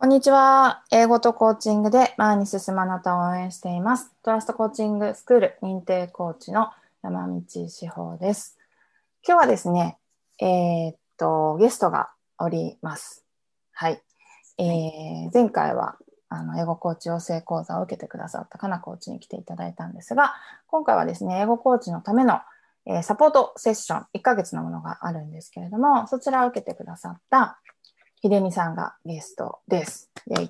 こんにちは。英語とコーチングで前に進むあなたを応援しています。トラストコーチングスクール認定コーチの山道志保です。今日はですね、ゲストがおります。はい。前回は英語コーチ養成講座を受けてくださったかなコーチに来ていただいたんですが、今回はですね、英語コーチのためのサポートセッション1ヶ月のものがあるんですけれども、そちらを受けてくださった秀美さんがゲストです。イェイ。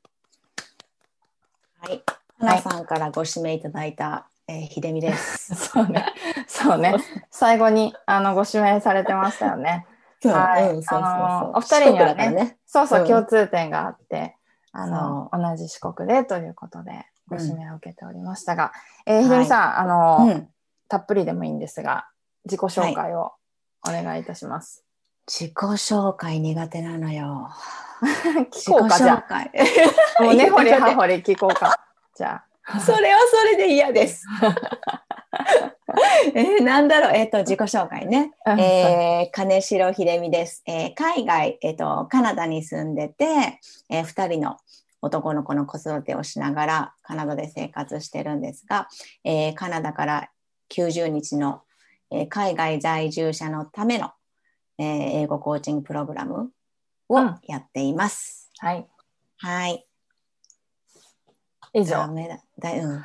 はい、花さんからご指名いただいた、秀美です。 そうね、そうね。最後にご指名されてましたよね。 そう、 はい。 うん、そうそうそう。 お二四国人にはね、 だからね。 そうそう共うん、 通点があって、 そ同じ四国でということでごう。うん、 指名を受けておりましたが、秀美はい。 さん、 うん、 たっぷりでもいいんですが、自己紹はい。 介をお願いいたします。 自己紹介苦手なのよ。 聞自己こうか、じゃ紹介。 あ。もう根掘り待って、 葉掘り聞こうか。じゃあ。 それはそれで嫌です。なんだろう、自己紹介ね。 うん、そう。 金城秀美です。海外、カナダに住んでて、2人の男の子の子育てをしながらカナダで生活してるんですが、カナダから90日の、海外在住者のための、英語コーチングプログラムをうん。 やっています。 はい。 はい。 以上。 ダメだ。うん。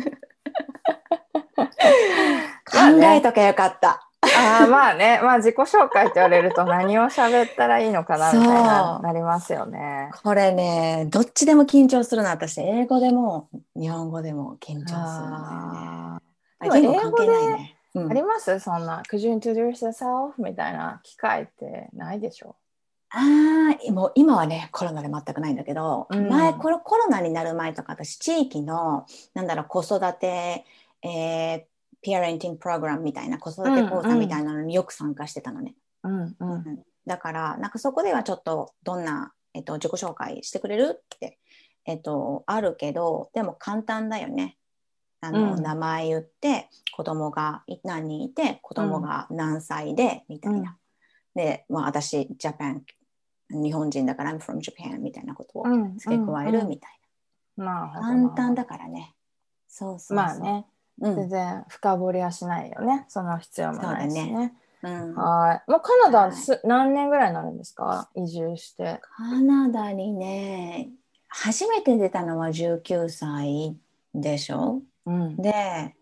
まあね。 考えとけよかった。 まあね。まあ自己紹介って言われると何を喋ったらいいのかなみたいな、 そう。 なりますよね。 これね、どっちでも緊張するの。私、英語でも日本語でも緊張するんだよね。 でも言語関係英語でないね。うん。 ありますそんな、Could you introduce yourself? みたいな機会ってないでしょもう今はね、コロナで全くないんだけど、 う。う前、 ん。 コロナになる前とか、私、地域の、なんだろう、子育て、ピアレンティングプログラムみたいな、子う育てんうん。 講座みたいなのによく参加してたのね。 うんうん。 うん、だから、なんかそこではちょっと、どんな、自己紹介してくれるって、あるけど、でも簡単だよね。名うん前言って、子供が何人いて、子供うんが何歳で、みたいな。 うんで、まあ、私、日本人だから、I'm from Japan みたいなことをうんう付け加えるん。 みたいなるほな。 どなるほど。 簡単だからね。そうそうそまあね。 う。う全ん。 然深掘りはしないよね。その必要もそうなだね。 いしね。 うん。 はい。もうカナダはい。 何年ぐらいになるんですか移住して。 カナダにね、初めて出たのは19歳でしょ。 うん。 で、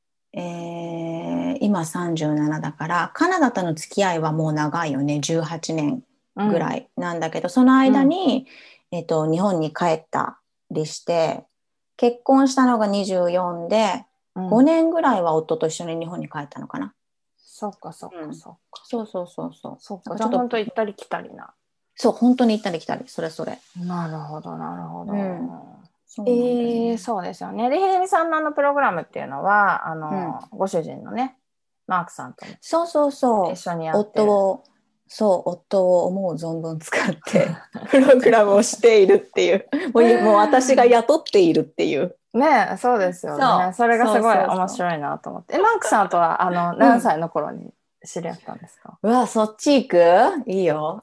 今37だから、カナダとの付き合いはもう長いよね。18年うん。 ぐらいなんだけど、そのうん。 間に、日本に帰ったりして、結婚したのが24で、 うん。 5年ぐらいは夫と一緒に日本に帰ったのかな。 そっかそっうん。 かそっか。 そうそうそうそう。 そっか。じゃあなんかちょっと、 本当行ったり来たりな。 そう、本当に行ったり来たり、それそれ。 なるほど、なるほうん。 ど。 そうなんだよね。 そうですよね。で、ひでみさんのプログラムっていうのは、 うん。 ご主人のね、マークさんともそうそうそう。 一緒にやってる。 夫を思う存分使ってプログラムをしているっていう。もう私が雇っているっていう。 ねえ、そうですよね。それがすそうごいそうそ面白いなと思って。マークさんとは、 う。うん。 何歳の頃に知り合ったんですか？ うわ、そっち行くいいよ。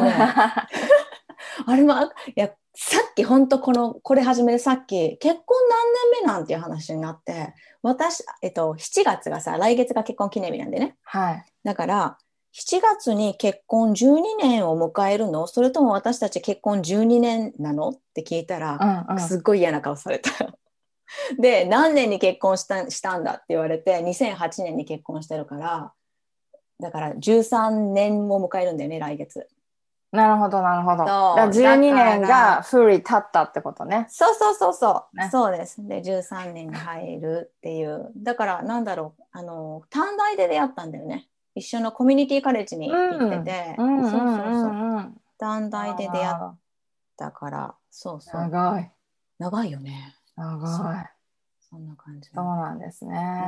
あれも、さっき本当これ始めてさっき、結婚何年目なんていう話になって、私、7月がさ、来月が結婚記念日なんでね。 はい。 だから、7月に結婚12年を迎えるのそれとも私たち結婚12年なのって聞いたら、 うんうん。 すっごい嫌な顔された。で、何年に結婚したんだって言われて、2008年に結婚してるから、だから13年を迎えるんだよね、来月。 なるほど、なるほど。だからそう、 12 だか年がら、 フルに経ったってことね。 そうそうそうそう、 ね。 そうです。で、13年に入るっていう。だから、なんだろう、短大で出会ったんだよね。一緒のコミュニティカレッジうに行ってん。うんうて、そうそうそう。 んうんうん。 短なるほど、 大で出会っなるほど。 たから、そうそう。 長い。 長いよね。そう。 長い。 そんな感じ。 そうなんですね。 うん。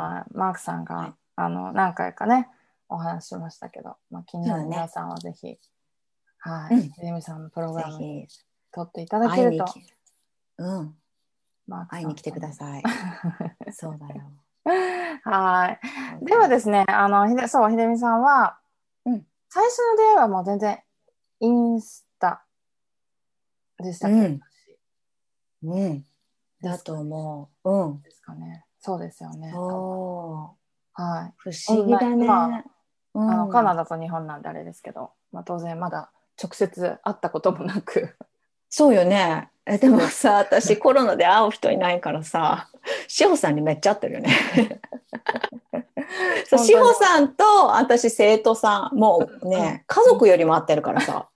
はい。マークさんが、 はい。 何回かね、お話ししましたけど、まあ、気になるそうだね。 皆さんはぜひ、はい。 うん。 ひでみさんのプログラムにぜひ、 取っていただけると、 会いにき、うん。 マーク会いに来てくださんとも。 さい。そうだよ。 はい。でそうだよ。 はですね、そう、ひでみさんは、 うん。 最初の出会いはもう全然インスタでしたっけ？ うんうん、だと思う。うん。 ですかね。そうですよね。 そう。 はい。 不思議オンライン、まだね。うあ、カナん。 ダと日本なんであれですけど、まあ、当然まだ直接会ったこともなく。 そうよね。でもそう。 さ、私コロナで会う人いないからさ、志保さんにめっちゃ会ってるよね。そう、志本当に。 保さんと私生徒さん、もううんね、家うん、 族よりも会ってるからさ。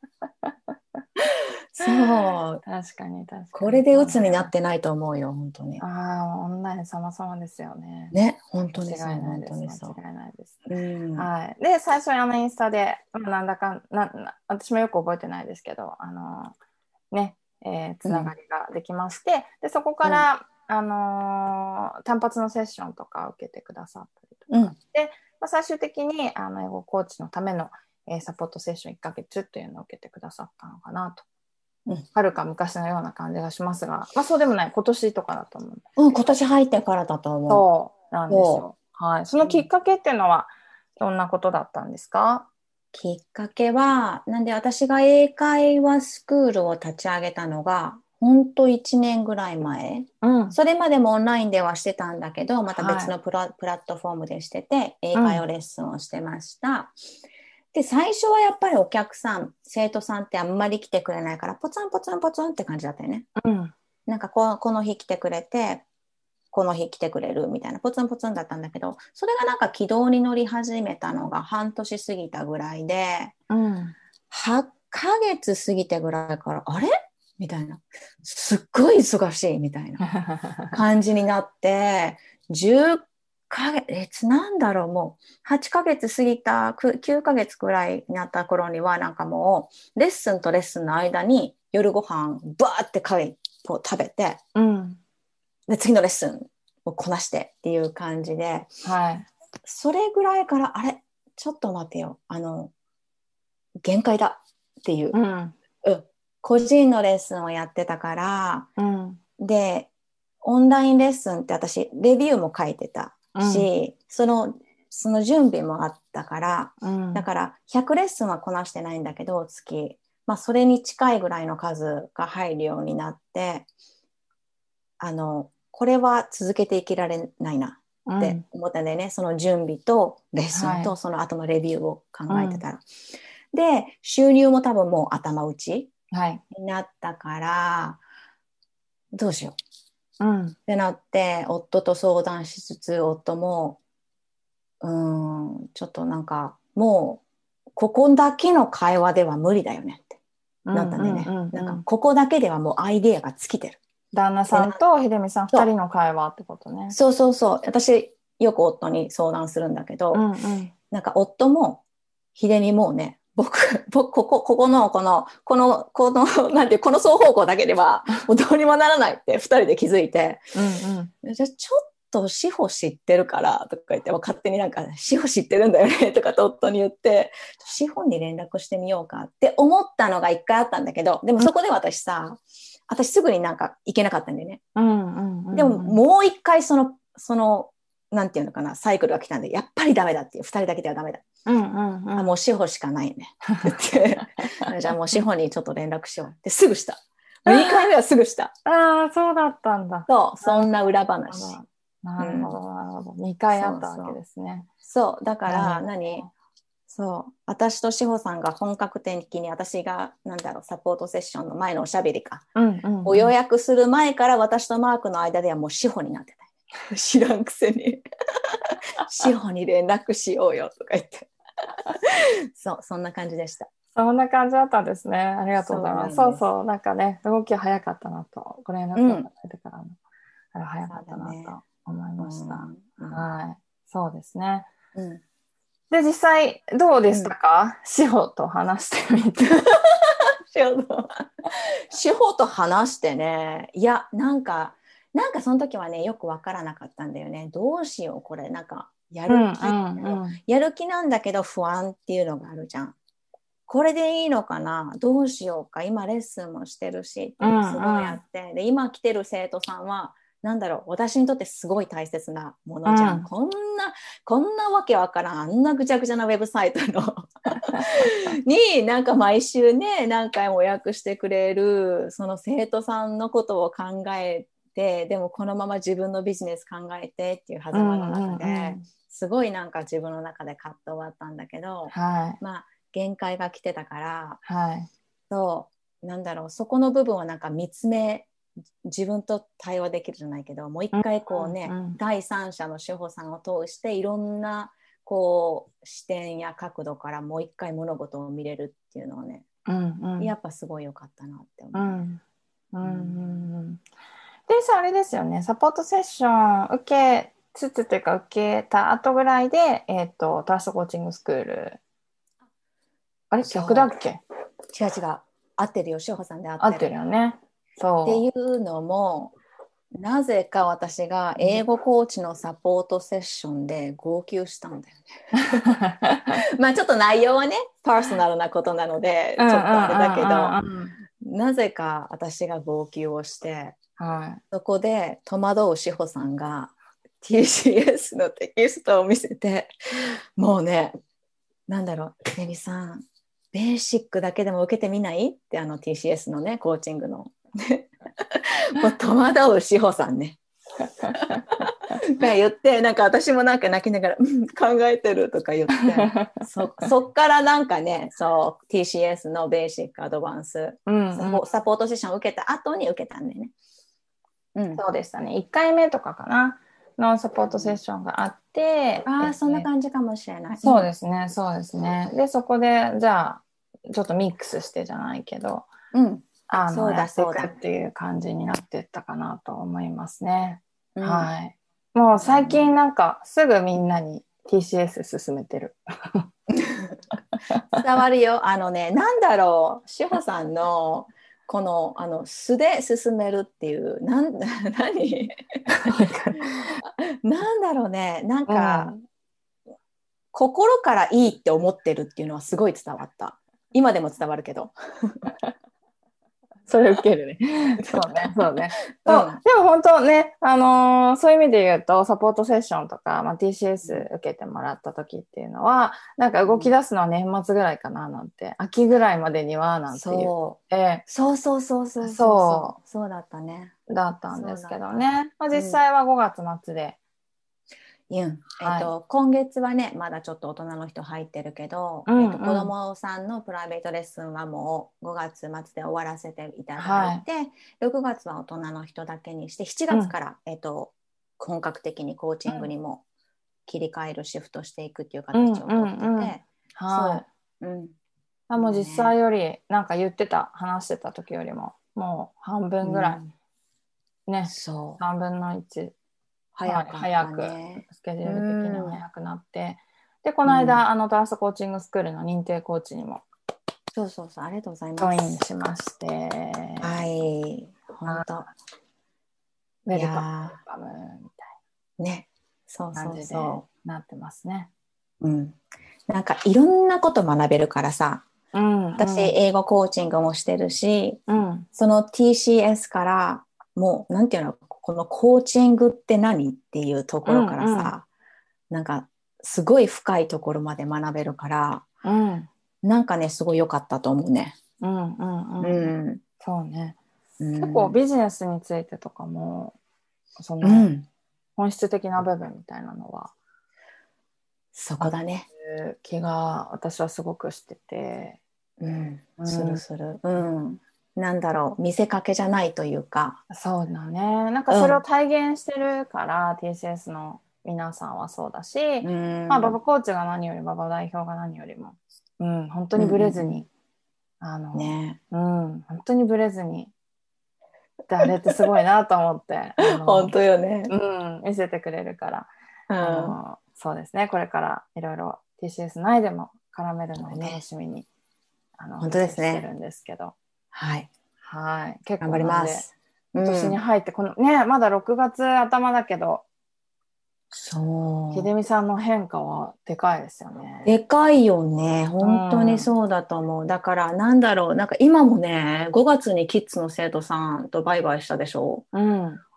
そう。 確かに確かに。 これで鬱になってないと思うよ、本当に。 ああ、オンライン様々ですよね。 ね、本当にそう、 間違いない本です。間違当にそいないです。 う。うん。 はい。で、最初にインスタで、まあなんだか私もよく覚えてないですけど、ね、つながうん。 りができまして、で、そこかうん。 ら、単発のセッションとか受けてくださったりとうん。 かして、まあ、最終的に、英語コーチのための、サポートセッション1ヶ月っていうのを受けてくださったのかなと。 うん。 はるか昔のような感じがしますが、まあそうでもない、今年とかだと思うんですうん、 けど、 今年入ってからだと思う。 そうなんですそよ。はい。そのう。うん、 きっかけっていうのは、どんなことだったんですか？ きっかけは、なんで私が英会話スクールを立ち上げたのが、ほんと1年ぐらい前。 うん。 それまでもオンラインではしてたんだけど、また別はい。 のプラットフォームでしてて、英うん。 会話レッスンをしてました。で、最初はやっぱりお客さん、生徒さんってあんまり来てくれないから、ポツンポツンポツンって感じだったよね。 うん。 なんかこの日来てくれて、この日来てくれるみたいな、ポツンポツンだったんだけど、それがなんか軌道に乗り始めたのが半年過ぎたぐらいで、 うん。 8ヶ月過ぎてぐらいから、あれみたいな。すっごい忙しいみたいな感じになって、10ヶ月、なんだろう、もう8ヶ月過ぎた、9ヶ月くらいになった頃には、なんかもう、レッスンとレッスンの間に夜ご飯バーって食べて、 うん。 で、次のレッスンをこなしてっていう感じで、 はい。 それぐらいから、あれちょっと待てよ。限界だっていう。 うん。 うん。個人のレッスンをやってたから、 うん。 で、オンラインレッスンって私、レビューも書いてたうん。 し、その準備もあったから、 うん。 だから100レッスンはこなしてないんだけど、月、まあそれに近いぐらいの数が入るようになって、これは続けていけられないなってうん。 思ったんだよね。その準備とレッスンはい。 とその後のレビューをうん。 考えてたら。で、収入も多分もう頭打ちはい。 になったから、どうしよううん。 ってなって、夫と相談しつつ、夫も、ちょっとなんか、もう、ここだけの会話では無理だよねってなったうん。うん。 んでね。 うん。 なんか、 うん。 ここだけではもうアイデアが尽きてる。 旦那さんでな、 と秀美さん二人そう、 の会話ってことね。 そうそうそう。私、よく夫に相談するんだけど、 うん。うん。 なんか夫も、秀美もうね、ここの、なんていう、この双方向だけでは、もうどうにもならないって二人で気づいて、 うん。うん。 じゃあちょっと志保知ってるからとか言って、勝手になんか志保知ってるんだよねとかと夫に言って、志保に連絡してみようかって思ったのが一回あったんだけど、でもそこで私すぐになんか行けなかったんだよね。 うん。うん。うでもん。うん。 もう一回なんていうのかな、サイクルが来たんで、やっぱりダメだっていう、二人だけではダメだ。 うん。うあ、もうん。 志保しかないねって言って、じゃあもう志保にちょっと連絡しようってすぐした。もう2回目はすぐした。 ああ、そうだったんだ。 そう、 なるそんな裏ほ話。 ど。なうん。 るほど、なるほど。2回あったわけそうそう。 ですね。 そう、だかなるらほそう、私と志保さんが本格的に私が、サポートセッションの前のおしゃべりか。 ど。うんうんを予うん。 約する前から私とマークの間ではもう志保になってた。知らんくせに。志保に連絡しようよとか言って。そう、そんな感じでした。 そんな感じだったんですね。ありがとうごそうざいます。 なんです。 そうそう。なんかね、動き早かったなと。ご連絡をいたうん。 だいてからの、あれ早そうかったなだね。 と思いうました。 ん。うん。 はい。そうですね。 うん。 で、実際、どうでしたうん。 か？志保と話してみて。 志保と話してね、いや、なんかその時はね、よくわからなかったんだよね。どうしよう、これ。なんか、やうんうる気、でも、 んうん。 やる気なんだけど不安っていうのがあるじゃん。これでいいのかな、どうしようか。今レッスンもしてるしってういうのすごいんうん。 あって。で、今来てる生徒さんはなんだろう、私にとってすごい大切なものじゃん。 うんこんなわけわからん、あんなぐちゃぐちゃなウェブサイトのに、なんか毎週ね、何回も予約してくれる、その生徒さんのことを考えて、でもこのまま自分のビジネス考えてっていう狭間の中で、すごいなんか自分の中で葛藤はあったんだけど、 はい。 まあ、限界が来てたから、 はい。 そうなんだろう、そこの部分はなんか自分と対話できるじゃないけど、もう一回こうね、第三者の志保さんを通していろんなこう視点や角度からもう一回物事を見れるっていうのはね、やっぱすごい良かったなって思うね。 でさ、あれですよね、サポートセッション受けつつというか受けた後ぐらいで、トラストコーチングスクール、あれ逆だっけ？ 違う違う、合ってるよ、志保さんで合合ってってる。 るよね。 っていそう。 うのも、なぜか私が英語コーチのサポートセッションで号泣したんだよね。まあちょっと内容はね、パーソナルなことなので、ちょっとあれだけど、なぜか私が号泣をして、 はい、 そこで戸惑う志保さんが TCS のテキストを見せて、もうね、なんだろう、デビさん、ベーシックだけでも受けてみないって、TCS のね、コーチングの。もう戸惑う志保さんね。が言って、なんか私もなんか泣きながら、考えてるとか言って、そっからなんかね、そう、TCS のベーシックアドバンス、サポートセッションを受けた後に受けたんだよね。 そうでしたね。1回目とかかなのサポートセッションがあって、 そんな感じかもしれない。 そうですね、そうですね。で、そこで、じゃあ、ちょっとミックスしてじゃないけど、やっていくっていう感じになっていったかなと思いますね。はい。もう最近なんかすぐみんなに TCS 進めてる。 伝わるよ。なんだろう、志保さんのこの素で進めるっていう何なんだろうね、なんか、心からいいって思ってるっていうのはすごい伝わった。今でも伝わるけど。 それ受けるね。そうね、そうね。でも本当ね、そういう意味で言うと、サポートセッションとか、TCS 受けてもらった時っていうのは、なんか動き出すのは年末ぐらいかななんて、秋ぐらいまでにはなんて言って、 そうだったね。 だったんですけどね。実際は5月末で。 今月はね、まだちょっと大人の人入ってるけど、子供さんのプライベートレッスンはもう5月末で終わらせていただいて、6月は大人の人だけにして、7月から、本格的にコーチングにも切り替えるシフトしていくっていう形をとってて、 もう実際よりなんか話してた時よりももう半分ぐらい、ね、3分の1早くスケジュール的には早くなって、でこの間、トラストコーチングスクールの認定コーチにもありがとうございます。 ジョインしまして、 はい、本当ウェルカムみたいな感じでなってますね。 なんかいろんなこと学べるからさ、私英語コーチングもしてるし、その TCS からもうなんていうの、このコーチングって何っていうところからさ、なんかすごい深いところまで学べるから、なんかねすごい良かったと思うね。 そうね。結構ビジネスについてとかもその本質的な部分みたいなのはそこだね。 気が私はすごくしてて、 する。なんだろう、見せかけじゃないというか。 そうだね。なんかそれを体現してるから、TCS の皆さんはそうだし、馬場コーチが何より、馬場代表が何よりも、本当にブレずに、本当にブレずに、あれってすごいなと思って、 本当よね。 見せてくれるから、そうですね、これからいろいろ TCS 内でも絡めるのを楽しみに、 本当ですね。 してるんですけど。 はい。 結構頑張ります。 今年に入って、このね、まだ6月頭だけど、 そう。 秀美さんの変化はでかいですよね。 でかいよね。本当にそうだと思う。だからなんだろう、なんか今もね、5月にキッズの生徒さんとバイバイしたでしょ。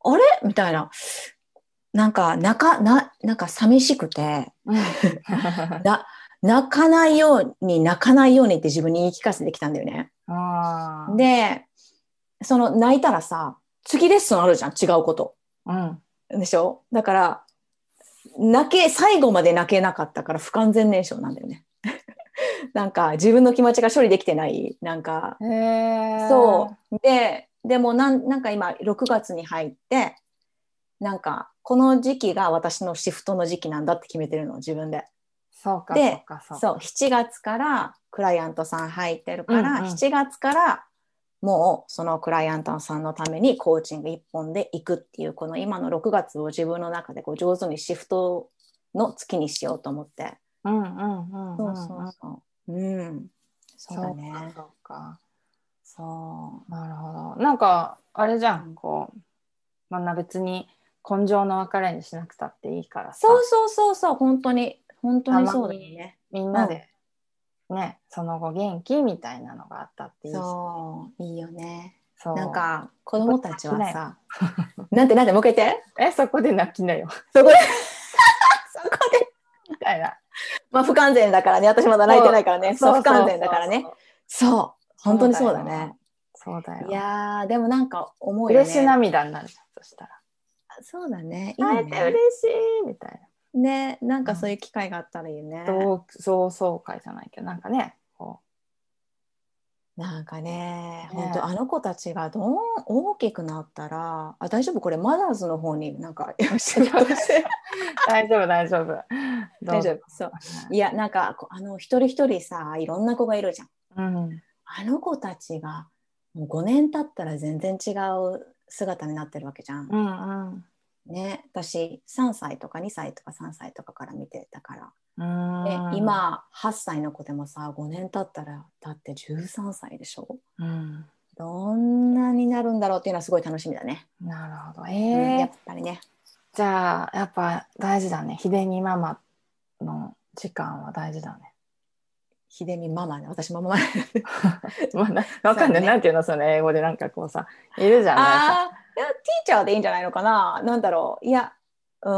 あれみたいな。なんか寂しくて、 うん、 泣かないようにって自分に言い聞かせてきたんだよね。 あで、その泣いたらさ、次レッスンあるじゃん、違うこと。 ー、うん、 でしょ？だから、最後まで泣けなかったから不完全燃焼なんだよね。なんか自分の気持ちが処理できてない。なんか、 へえ、 そう。でもなんか今6月に入って、なんかこの時期が私のシフトの時期なんだって決めてるの、自分で。 そうか、そうで、 か、そうそう、 か。 7月からクライアントさん入ってるうん、 から、 うん。 7月からもうそのクライアントさんのためにコーチング一本で行くっていう、この今の6月を自分の中でこう上手にシフトの月にしようと思って。 うん、うん、うん、 そううん。 そうそう。うん。そうだそうか、 ね。 そうか。 そなるほど。なんか、あれじゃう。 ん、こう、まあ、別に根性の別れにしなくたっていいからそうさ、 そうそうそう、本当に、本当たにそうだよまにね。 みんうん。 なでね、その後元気みたいなのがあったっていいしね。 そう、いいよね。なんそう。 か、子そこで供たち泣きなよ。 はさ、なんて、もう一回言って。 そこで泣きなよ。 そこで、そこで。 みたいな。 まあ、不完全だからね。私まだ泣いてないからね。そう、 そうそう不完全だからね。 そうそう。 そう、本当にそうそうだよ。 だね。 そうだいよ。 やー、でもなんか思うよ嬉しね。 涙になるじゃん、そしたら。 そうだね。いい会えて嬉ね。 しいみたいね、なんな。うん。 かそういう機会があったらいいよね。 そう会じゃないけど、なんかね、こなんかね、 う、 本当ね。 あの子たちが大きくなったら、あ、大丈夫これマザーズの方になんかシフトして。 大丈夫、大丈夫。どうぞ。 大丈夫。そう。いや、なんか、一人一人さ、いろんな子がいるじゃん。 うん。 あの子たちが、もう5年経ったら全然違う姿になってるわけじゃん。 うんうん。 ね、私、3歳とか2歳とか3歳とかから見てたから。 うで、 ーん。 今、8歳の子でもさ、5年経ったら、だって13歳でしょ？ うん。 どんなになるんだろうっていうのはすごい楽しみだね。 なるほど。 うん、やっぱりね。 じゃあ、やっぱ大事だね。秀美ママの時間は大事だね。 秀美ママね。私ママ。 まあ、わかんない。なそうだね。 んていうの、その英語でなんかこうさ、いるじゃん、なんか。 ああ、いや、ティーチャーでいいんじゃないのかな。なんだろう。いや、うん。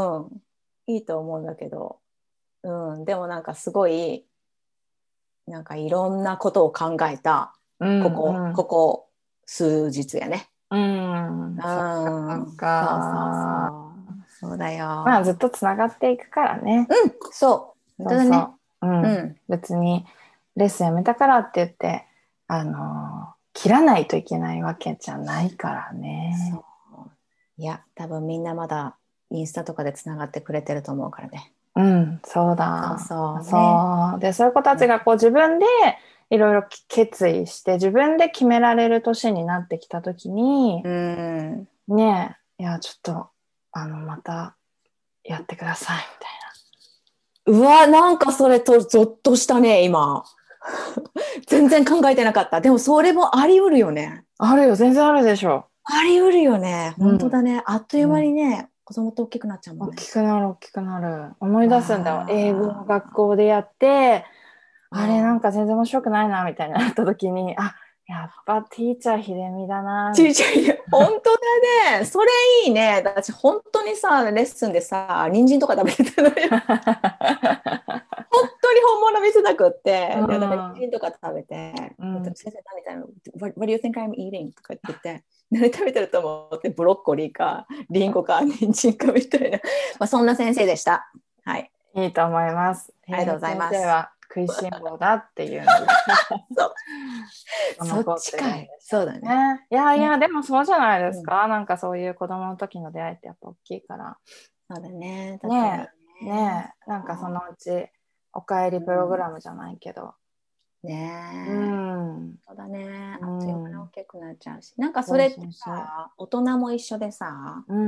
いいと思うんだけど。うん。でもなんかすごい、なんかいろんなことを考えた、 うんうん。 ここ数日やね。 ううん。そっか、そっん。そうそうか。 そう。そうだまあ、ずっよ。 とつながっていくからね。 うん。そう。本当だね。 そうそう。うん。 うん。 別に、レッスンやめたからって言って、切らないといけないわけじゃないからね。 そう。いや、多分みんなまだインスタとかでつながってくれてると思うからね。 うん、そうそうだ。 そうね。 そう。で、そういう子たちうん。 がこう自分でいろいろ決意して自分で決められる年になってきたときに、 うん。 ねえ、いや、ちょっと、またやってください、みたいうわ、なんかそれとゾッとしたね、今。全然考えてなかった。でもそれもあり得るよね。 な。あるよ、全然あるでしょ。 あり得るよね。 うん。 本当だね。あっという間うん。 にね、子供って大きくなっちゃうもん大ね。 きくなる、大きくなる。思い出すんだよ。英語の学わ校でやって、 あ。 あれなんうん。 か全然面白くないな、みたいになった時に、あ、やっぱティーチャー秀美だな、みたいちいちゃい、本当だね。それいいね。私、本当にさ、レッスンでさ、人参とか食べてたのよ。 な。 本当に本物見せたくっうて。で、なんか人ん。 参とか食べて、 うん先生何食べたの？ What do you think I'm eating? とかって言って、何食べてると思って、ブロッコリーか、リンゴか、人参かみたいな。まあ、そんな先生でした。はい。 いいと思います。 ありがとうござい先ます。 生は食いしん坊だっていうのがそう。そっ残ってるんちかい。 でしょうそうだね。 ね。いやいや、 ね。 でもそうじゃないでうん。 すか。なんかそういう子供の時の出会いってやっぱ大きいから。 そうだね。確かにねえ、 ね。 ねえ、なんかそそのうちお帰りう。うプログん。 ラムじゃないけど。うねえ。 ん、 そうだね。 うあっという間に大ん、 きくなっちゃうし。なんかそそうれってそうそう。 さ、大人も一緒でさ、 うん、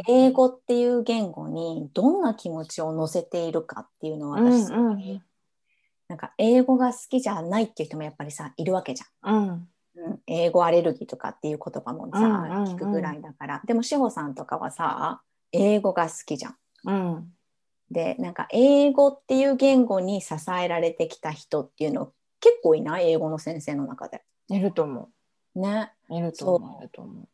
英語っていう言語にどんな気持ちを乗せているかっていうのはうん、 私すごうん、 い、なんか英語が好きじゃないっていう人もやっぱりさ、いるわけじうん、 ゃん。うん、英語アレルギーとかっていう言葉もうん、 さ、 うん、 聞くぐらいだから。でも志保さんとかはさ、英語が好きじゃん。 うん、 で、なんか英語っていう言語に支えられてきた人っていうの結構いない？英語の先生の中で。 いると思ね。 う。いると思う、いそう。 ると思う。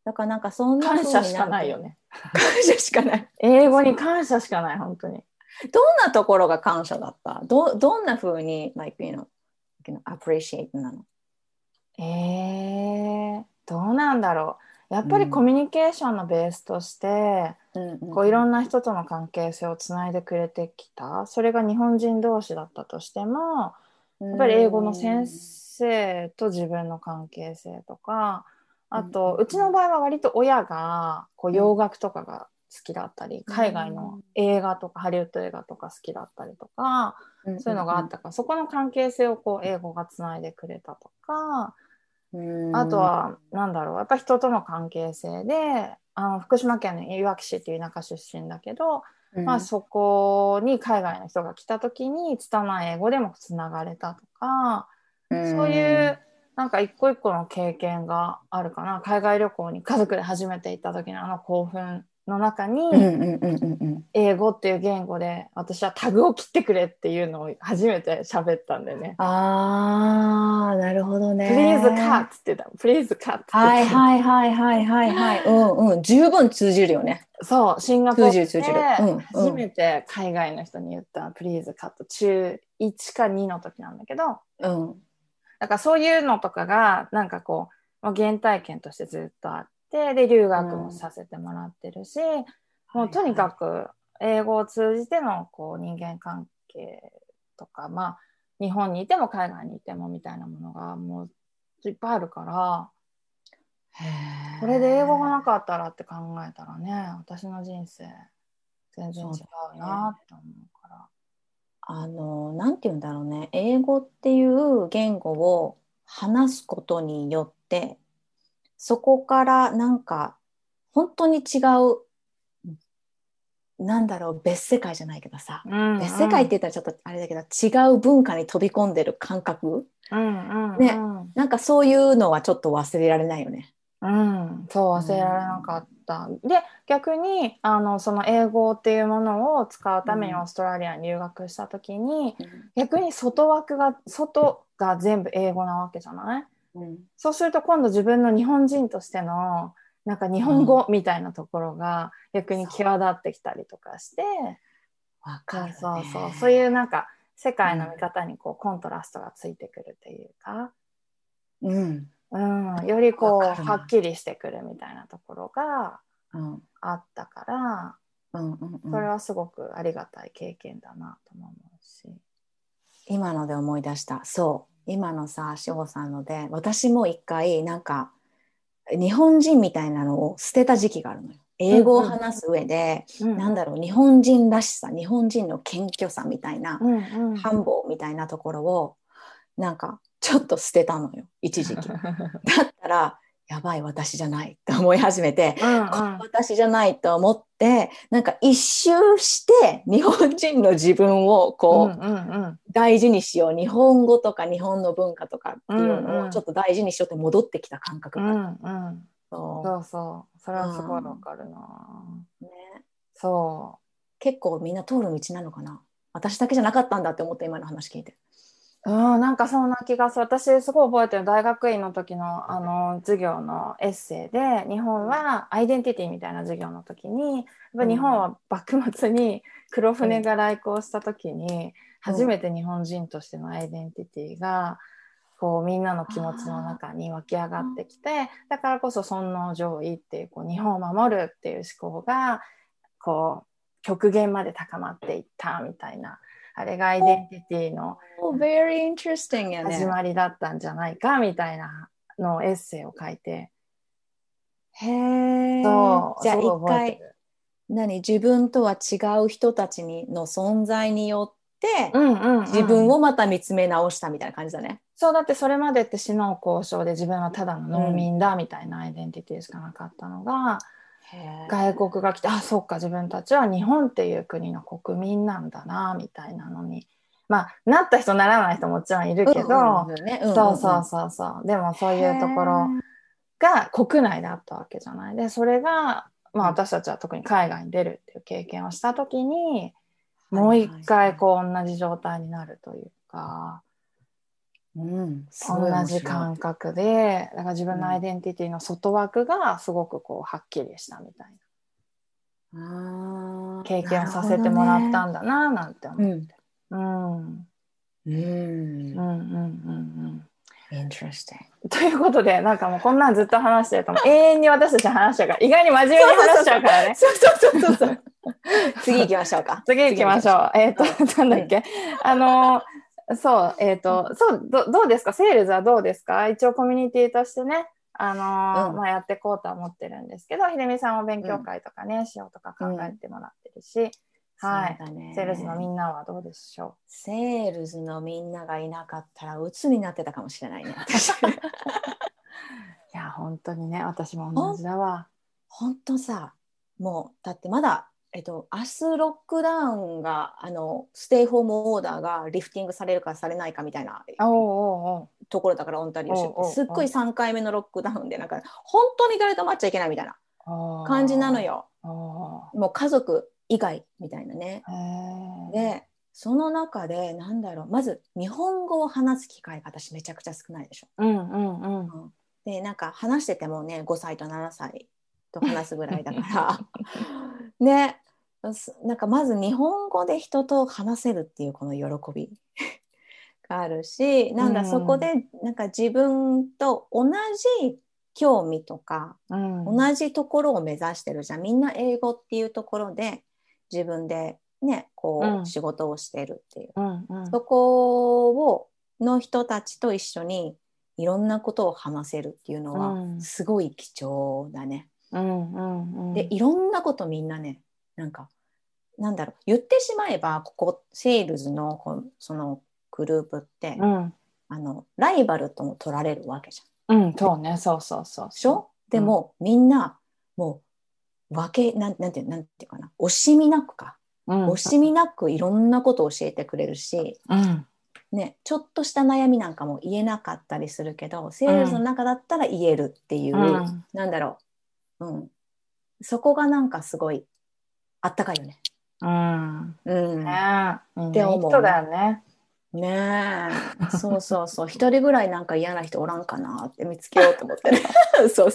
だからなんかそんな感謝しかないよね。 感謝しかない。 英語に感謝しかない、本当に。 どんなところが感謝だった？どんな風に、like, appreciate なの？ どうなんだろう。やっぱりコミュニケーションのベースとして、こういろんな人との関係性をつないでくれてきた。それが日本人同士だったとしても、やっぱり英語の先生と自分の関係性とか、あと、うちの場合は割と親がこう洋楽とかが好きだったり、海外の映画とかハリウッド映画とか好きだったりとか、そういうのがあったから、そこの関係性をこう英語がつないでくれたとか、あとは、なんだろう、やっぱ人との関係性で、福島県のいわき市っていう田舎出身だけど、まあそこに海外の人が来た時に拙い英語でもつながれたとか、そういうなんか一個一個の経験があるかな。海外旅行に家族で初めて行った時のあの興奮の中に、英語っていう言語で私はタグを切ってくれっていうのを初めて喋ったんだよね。 ああ、なるほどね。 Please cut って言った。Please cut って言った。 はいはいはいはいはいはい。うんうん。十分通じるよね。 そう、シンガポールで通じる。 初めて海外の人に言った Please cut 中1か2の時なんだけど、だからそういうのとかがなんかこう、原体験としてずっとあって、で留学もさせてもらってるし、もうとにかく英語を通じてのこう人間関係とか、まあ日本にいても海外にいてもみたいなものがもういっぱいあるから、これで英語がなかったらって考えたらね、私の人生全然違うなって思うから。 なんて言うんだろうね。英語っていう言語を話すことによって、そこからなんか本当に違う、なんだろう、別世界じゃないけどさ、別世界って言ったらちょっとあれだけど、違う文化に飛び込んでる感覚、ね、なんかそういうのはちょっと忘れられないよね。 そう忘れられなかった。で、逆にその英語っていうものを使うためにオーストラリアに留学した時に、逆に外が全部英語なわけじゃない？そうすると今度自分の日本人としてのなんか日本語みたいなところが逆に際立ってきたりとかして、 わかるね。 そういうなんか世界の見方にこうコントラストがついてくるっていうか、よりこうはっきりしてくるみたいなところがあったから、それはすごくありがたい経験だなと思うし。 今ので思い出した。そう今のさ、志保さんので、私も一回なんか日本人みたいなのを捨てた時期があるのよ。英語を話す上で、なんだろう、日本人らしさ、日本人の謙虚さみたいな、繁忙みたいなところをなんかちょっと捨てたのよ、一時期。だったらやばい、私じゃないと思い始めて、これ私じゃないと思って、なんか一周して日本人の自分をこう、大事にしよう、日本語とか日本の文化とかっていうのをちょっと大事にしようって戻ってきた感覚がある。 そうそう、それはすごいわかるな、 ね、 そう結構みんな通る道なのかな。私だけじゃなかったんだって思った今の話聞いて。 なんかそんな気がする。私すごい覚えてる大学院の時の授業のエッセイで、日本はアイデンティティみたいな授業の時に、やっぱ日本は幕末に黒船が来航した時に、初めて日本人としてのアイデンティティがこうみんなの気持ちの中に湧き上がってきて、だからこそ尊皇攘夷っていう、こう日本を守るっていう思考がこう極限まで高まっていったみたいな、あれがアイデンティティの始まりだったんじゃないかみたいなのをエッセイを書いて、 へえ。じゃあ一回自分とは違う人たちの存在によって自分をまた見つめ直したみたいな感じだね。 そう、だってそれまでって死の交渉で自分はただの農民だみたいなアイデンティティしかなかったのが、外国が来て、あ、そうか、自分たちは日本っていう国の国民なんだなみたいなのに、まあなった人ならない人もちろんいるけど、そうでもそういうところが国内であったわけじゃない。でそれが、まあ、私たちは特に海外に出るっていう経験をした時に、もう一回こう同じ状態になるというか、 す同ごい面白い。 じ感覚で、だから自分のアイデンティティの外枠がすごくこうはっきりしたみたいな経験をさせてもらったんだななんて思って。うん。うんうんうんうん。 Interesting。 ということで、なんかもうこんなんずっと話してると、永遠に私たち話しちゃうから、意外に真面目に話しちゃうからね。 そう。次行きましょうか。 次行きましょう。なんだっけ。そう、どうですか、セールスはどうですか？一応コミュニティとしてね、やっていこうとは思ってるんですけど、ひでみさんも勉強会とかね、しようとか考えてもらってるし、はい。セールスのみんなはどうでしょう？ セールスのみんながいなかったら鬱になってたかもしれないね。 いや、本当にね、私も同じだわ。 本当さ、もうだってまだ、明日ロックダウンがステイホームオーダーがリフティングされるかされないかみたいなところだから、オンタリオ州ってすっごい3回目のロックダウンで、なんか本当に誰と待っちゃいけないみたいな感じなのよ。もう家族以外みたいなね。でその中でなんだろう、まず日本語を話す機会が私めちゃくちゃ少ないでしょ。でなんか話しててもね、5歳と7歳と話すぐらいだからね、なんかまず日本語で人と話せるっていうこの喜びがあるし、なんだそこでなんか自分と同じ興味とか、同じところを目指してるじゃん。みんな英語っていうところで自分でねこう仕事をしてるっていう、そこの人たちと一緒にいろんなことを話せるっていうのはすごい貴重だね。でいろんなことみんなね、なんだろう、言ってしまえばここセールスのそのグループって、ライバルとも取られるわけじゃん。 そうね、そうでしょ。でも、みんなもうなんていうかな、惜しみなく惜しみなくいろんなことを教えてくれるし、ね、ちょっとした悩みなんかも言えなかったりするけど、セールスの中だったら言えるっていう、なんだろう、そこがなんかすごいあったかいよね。 って思う。人だよね。 ねえ、そう一人ぐらいなんか嫌な人おらんかなって見つけようと思ってね。そう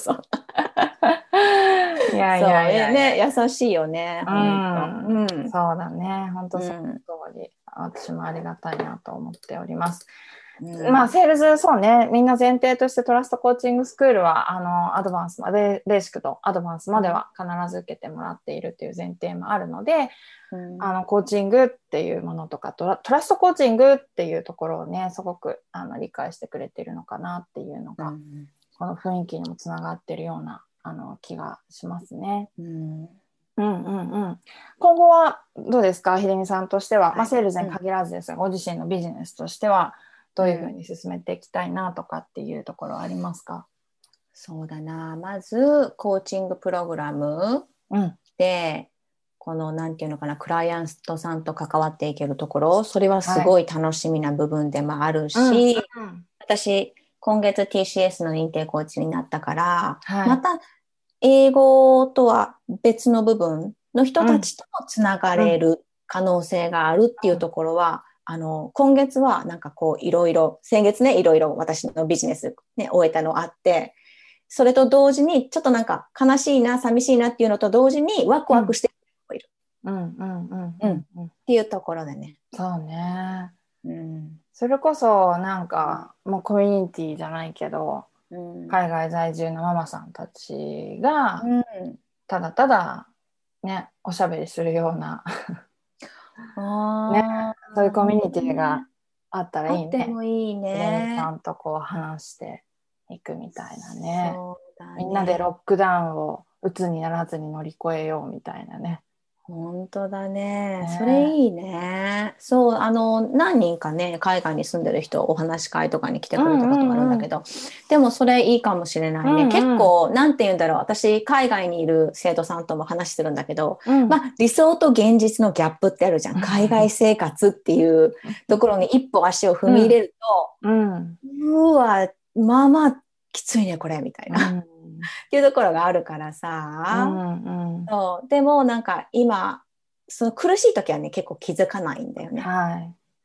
いやね、優しいよね、本当。 そうだね、本当その通り、私もありがたいなと思っております。まあ、セールス、そうね、みんな前提としてトラストコーチングスクールは、アドバンスまで、ベーシックとアドバンスまでは必ず受けてもらっているという前提もあるので、コーチングっていうものとかトラストコーチングっていうところをね、すごく理解してくれてるのかなっていうのが、この雰囲気にもつながってるような気がしますね。今後はどうですか、秀美さんとしては、セールスに限らずですが、ご自身のビジネスとしてはどういうふうに進めていきたいなとかっていうところはありますか？ そうだな、まずコーチングプログラムで、このなんていうのかな、クライアントさんと関わっていけるところ、それはすごい楽しみな部分でもあるし、私今月 TCS の認定コーチになったから、また英語とは別の部分の人たちともつながれる可能性があるっていうところは、今月はなんかこういろいろ、先月ね、いろいろ私のビジネスね、終えたのあって、それと同時にちょっとなんか悲しいな、寂しいなっていうのと同時にワクワクしてる人もいる。っていうところでね。 そうね。それこそなんか、もうコミュニティじゃないけど、海外在住のママさんたちが、ただただね、おしゃべりするようなね、そういうコミュニティがあったらいいね。 あってもいいね。 ちゃんとこう話していくみたいなね。みんなでロックダウンを鬱にならずに乗り越えようみたいなね。 本当だね。それいいね。そう、何人かね、海外に住んでる人、お話し会とかに来てくれたことがあるんだけど、でもそれいいかもしれないね。結構、なんて言うんだろう。私、海外にいる生徒さんとも話してるんだけど、理想と現実のギャップってあるじゃん。海外生活っていうところに一歩足を踏み入れると、うわ、まあまあきついね、これ、みたいな。っていうところがあるからさ、そうでもなんか今その苦しい時はね結構気づかないんだよね。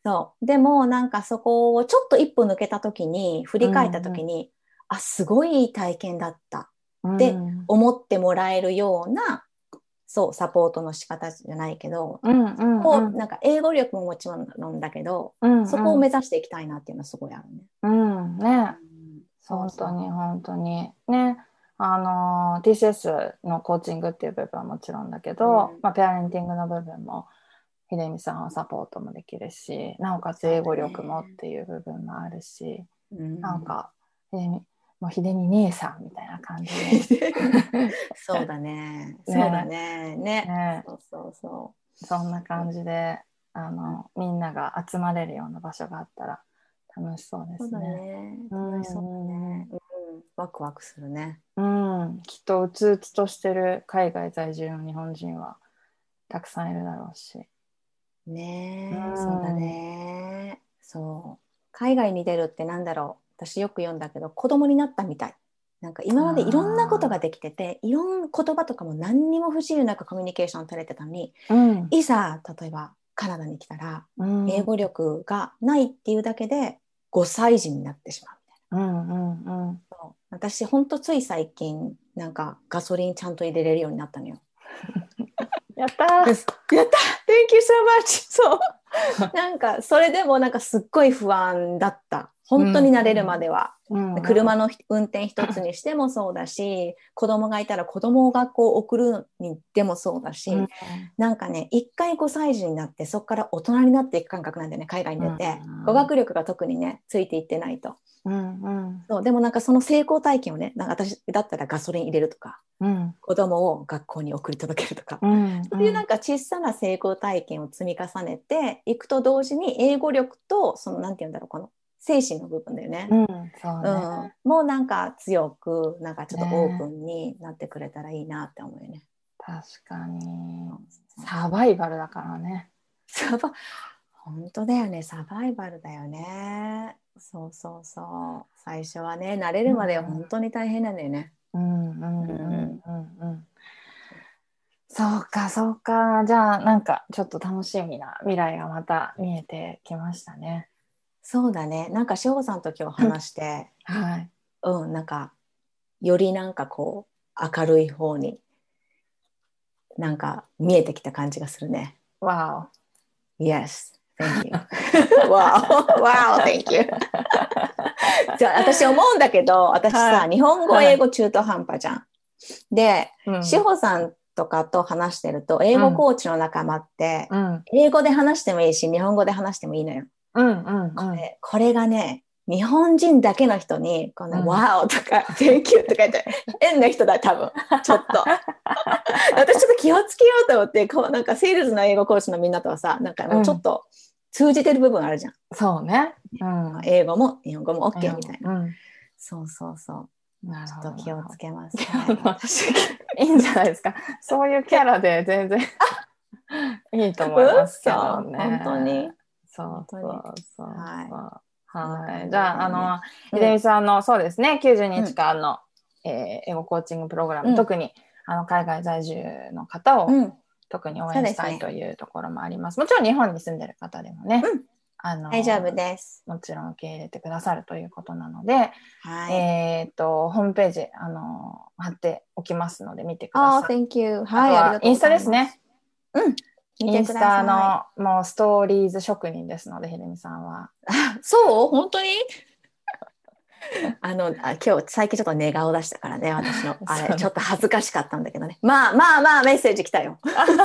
そうでもなんかそこをちょっと一歩抜けた時に振り返った時に、あ、すごいいい体験だったって思ってもらえるような、そうサポートの仕方じゃないけど、こうなんか英語力ももちろんなんだけど、そこを目指していきたいなっていうのはすごいあるね。 ね、本当に本当にね。TCS のコーチングっていう部分はもちろんだけど、ペアレンティングの部分も秀美さんはサポートもできるし、なおかつ英語力もっていう部分もあるし、なんかもう秀美姉さんみたいな感じでそうだねそうだねね、 そんな感じでみんなが集まれるような場所があったら楽しそうですね。 そうだね、楽しそうだね、ワクワクするね。 きっとうつうつとしてる海外在住の日本人はたくさんいるだろうしね、そうだね。そう海外に出るってなんだろう、私よく読んだけど子供になったみたい。なんか今までいろんなことができてて、いろんな言葉とかも何にも不自由なくコミュニケーション取れてたのに、いざ例えばカナダに来たら、英語力がないっていうだけで5歳児になってしまうみたいな。私ほんとつい最近なんかガソリンちゃんと入れれるようになったのよ。 やったー、 やった Thank you so much そうなんかそれでもなんかすっごい不安だった、本当に慣れるまでは。車の運転一つにしてもそうだし、子供がいたら子供を学校送るにでもそうだし、なんかね一回5歳児になってそこから大人になっていく感覚なんだよね、海外に出て、語学力が特にねついていってないと。そうでもなんかその成功体験をね、なんか私だったらガソリン入れるとか、子供を学校に送り届けるとか、そういうなんか小さな成功体験を積み重ねていくと同時に、英語力とそのなんていうんだろう、この精神の部分だよね。もうなんか強く、なんかちょっとオープンになってくれたらいいなって思うよね。 確かにサバイバルだからね。 本当だよね、サバイバルだよね。そう最初はね慣れるまでは本当に大変なんだよね。 そうかそうか。じゃあなんかちょっと楽しみな未来がまた見えてきましたね。 そうだね、なんか志保さんと今日話してなんかよりなんかこう明るい方になんか見えてきた感じがするね。 Wow. Yes, thank you. Wow, thank you. じゃあ私思うんだけど、私さ、日本語英語中途半端じゃん。で、志保さんとかと話してると、英語コーチの仲間って、英語で話してもいいし日本語で話してもいいのよ。これがね、日本人だけの人にこの、Wow とか Thank you とか言って変な人だ多分ちょっと私ちょっと気をつけようと思って、こうなんかセールスの英語コーチのみんなとはさ、なんかもうちょっと通じてる部分あるじゃん。そうね、英語も日本語も OK みたいな、そうちょっと気をつけますね。 いいんじゃないですか。そういうキャラで全然いいと思いますけどね。 本当にはい。じゃあ、秀美さんの、そうですね、90日間の、英語コーチングプログラム、特に海外在住の方を、特に応援したいというところもあります。もちろん日本に住んでる方でもね、 大丈夫です。 もちろん受け入れてくださるということなので、ホームページ、貼っておきますので見てください。 Thank you. はい、インスタですね。インスタのもうストーリーズ職人ですので、秀美さんは。 そう本当に今日最近ちょっと寝顔出したからね、私のあれちょっと恥ずかしかったんだけどね。まあメッセージ来たよ。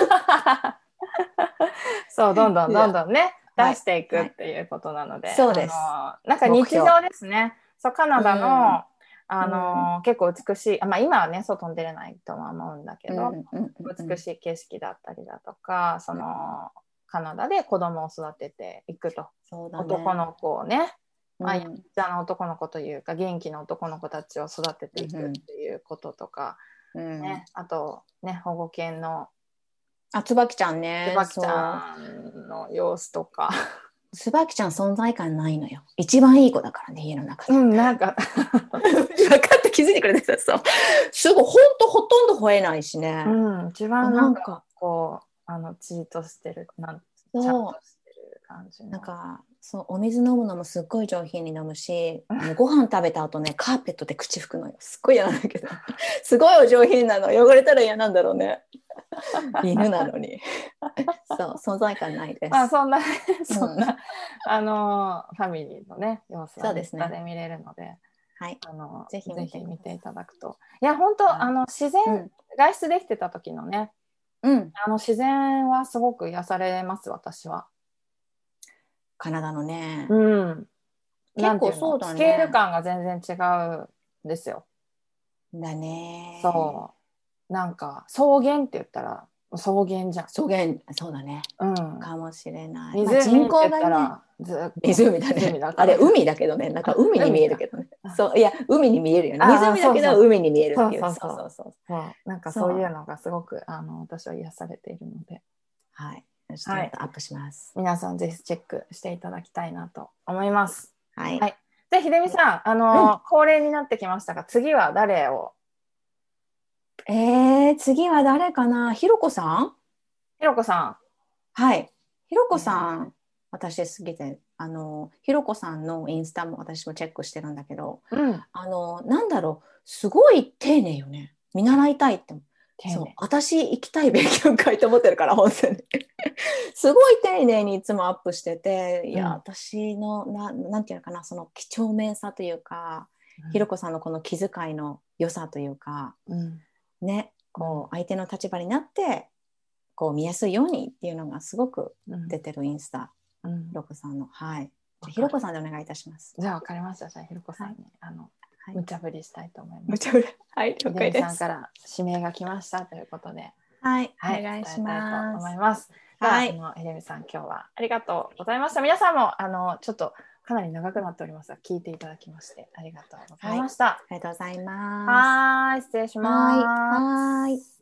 そうどんどんね、出していくっていうことなので、 そうです。 なんか日常ですね。そうカナダの、結構美しい、今はね外に出れないとは思うんだけど、美しい景色だったりだとか、そのカナダで子供を育てていくと、男の子をね、やんちゃな男の子というか元気な男の子たちを育てていくっていうこととか、あとね保護犬の椿ちゃんね、 椿ちゃんの様子とか。 椿ちゃん存在感ないのよ。一番いい子だからね、家の中で。 なんか分かって気づいてくれたけどさ、すごいほとんど吠えないしね。 一番なんかこうチートしてる、ちゃんとしてる感じの。 なんかそうお水飲むのもすっごい上品に飲むし、ご飯食べた後ねカーペットで口拭くのよ。すっごい嫌なんだけどすごいお上品なの。汚れたら嫌なんだろうね犬なのにそう存在感ないです。 まあそんなそんな、ファミリーのね様子はインスタで見れるので、 はい、 ぜぜひ見ていただくと。いや本当、 はい、 自然、外出できてた時のね、自然はすごく癒されます私は。 カナダのね、 なんていうの、 結構そうだスケールね。 感が全然違うんですよ。 だね。 そう。なんか草原って言ったら草原じゃん。 草原、そうだね。 うん。 かもしれない。まあ人湖って言っ口がね、 たらずっと湖だね。あれ、 湖だから。 海だけどね、なんか海に見えるけどね。そう、いや、海に見えるよね。 ああ、 湖だけそうそう。 ど海に見えるっていう。 そうそうそう。 そうそうそう。 そう。なんかそういうのがすごく私は癒されているので。 はい。ちょっとまたアップします。 皆さんぜひチェックしていただきたいなと思います。 はい。 はい。で、秀美さん、恒例になってきましたが、次は誰を？ 次は誰かな。ひろこさん。 ひろこさん。 はい。ひろこさん、私好きで、ひろこさんのインスタも私もチェックしてるんだけど、なんだろう、すごい丁寧よね。見習いたいって。そう、私行きたい勉強会と思ってるから、本当に。すごい丁寧にいつもアップしてて、いや、私のなんていうのかな、その几帳面さというか、ひろこさんのこの気遣いの良さというか、ね、こう相手の立場になってこう見やすいようにっていうのがすごく出てるインスタ、ひろこさんの。はい。ひろこさんでお願いいたします。 じゃあ分かりました。じゃあひろこさんに、無茶ぶりしたいと思います。 無茶ぶり。はい、了解です。 さんから指名が来ましたということで、 はい、お願いします。 伝えたいと思います。はい。ひでみさん、今日はありがとうございました。皆さんもちょっとかなり長くなっておりますが、聞いていただきましてありがとうございました。 ありがとうございます。 はい、失礼します。 はい。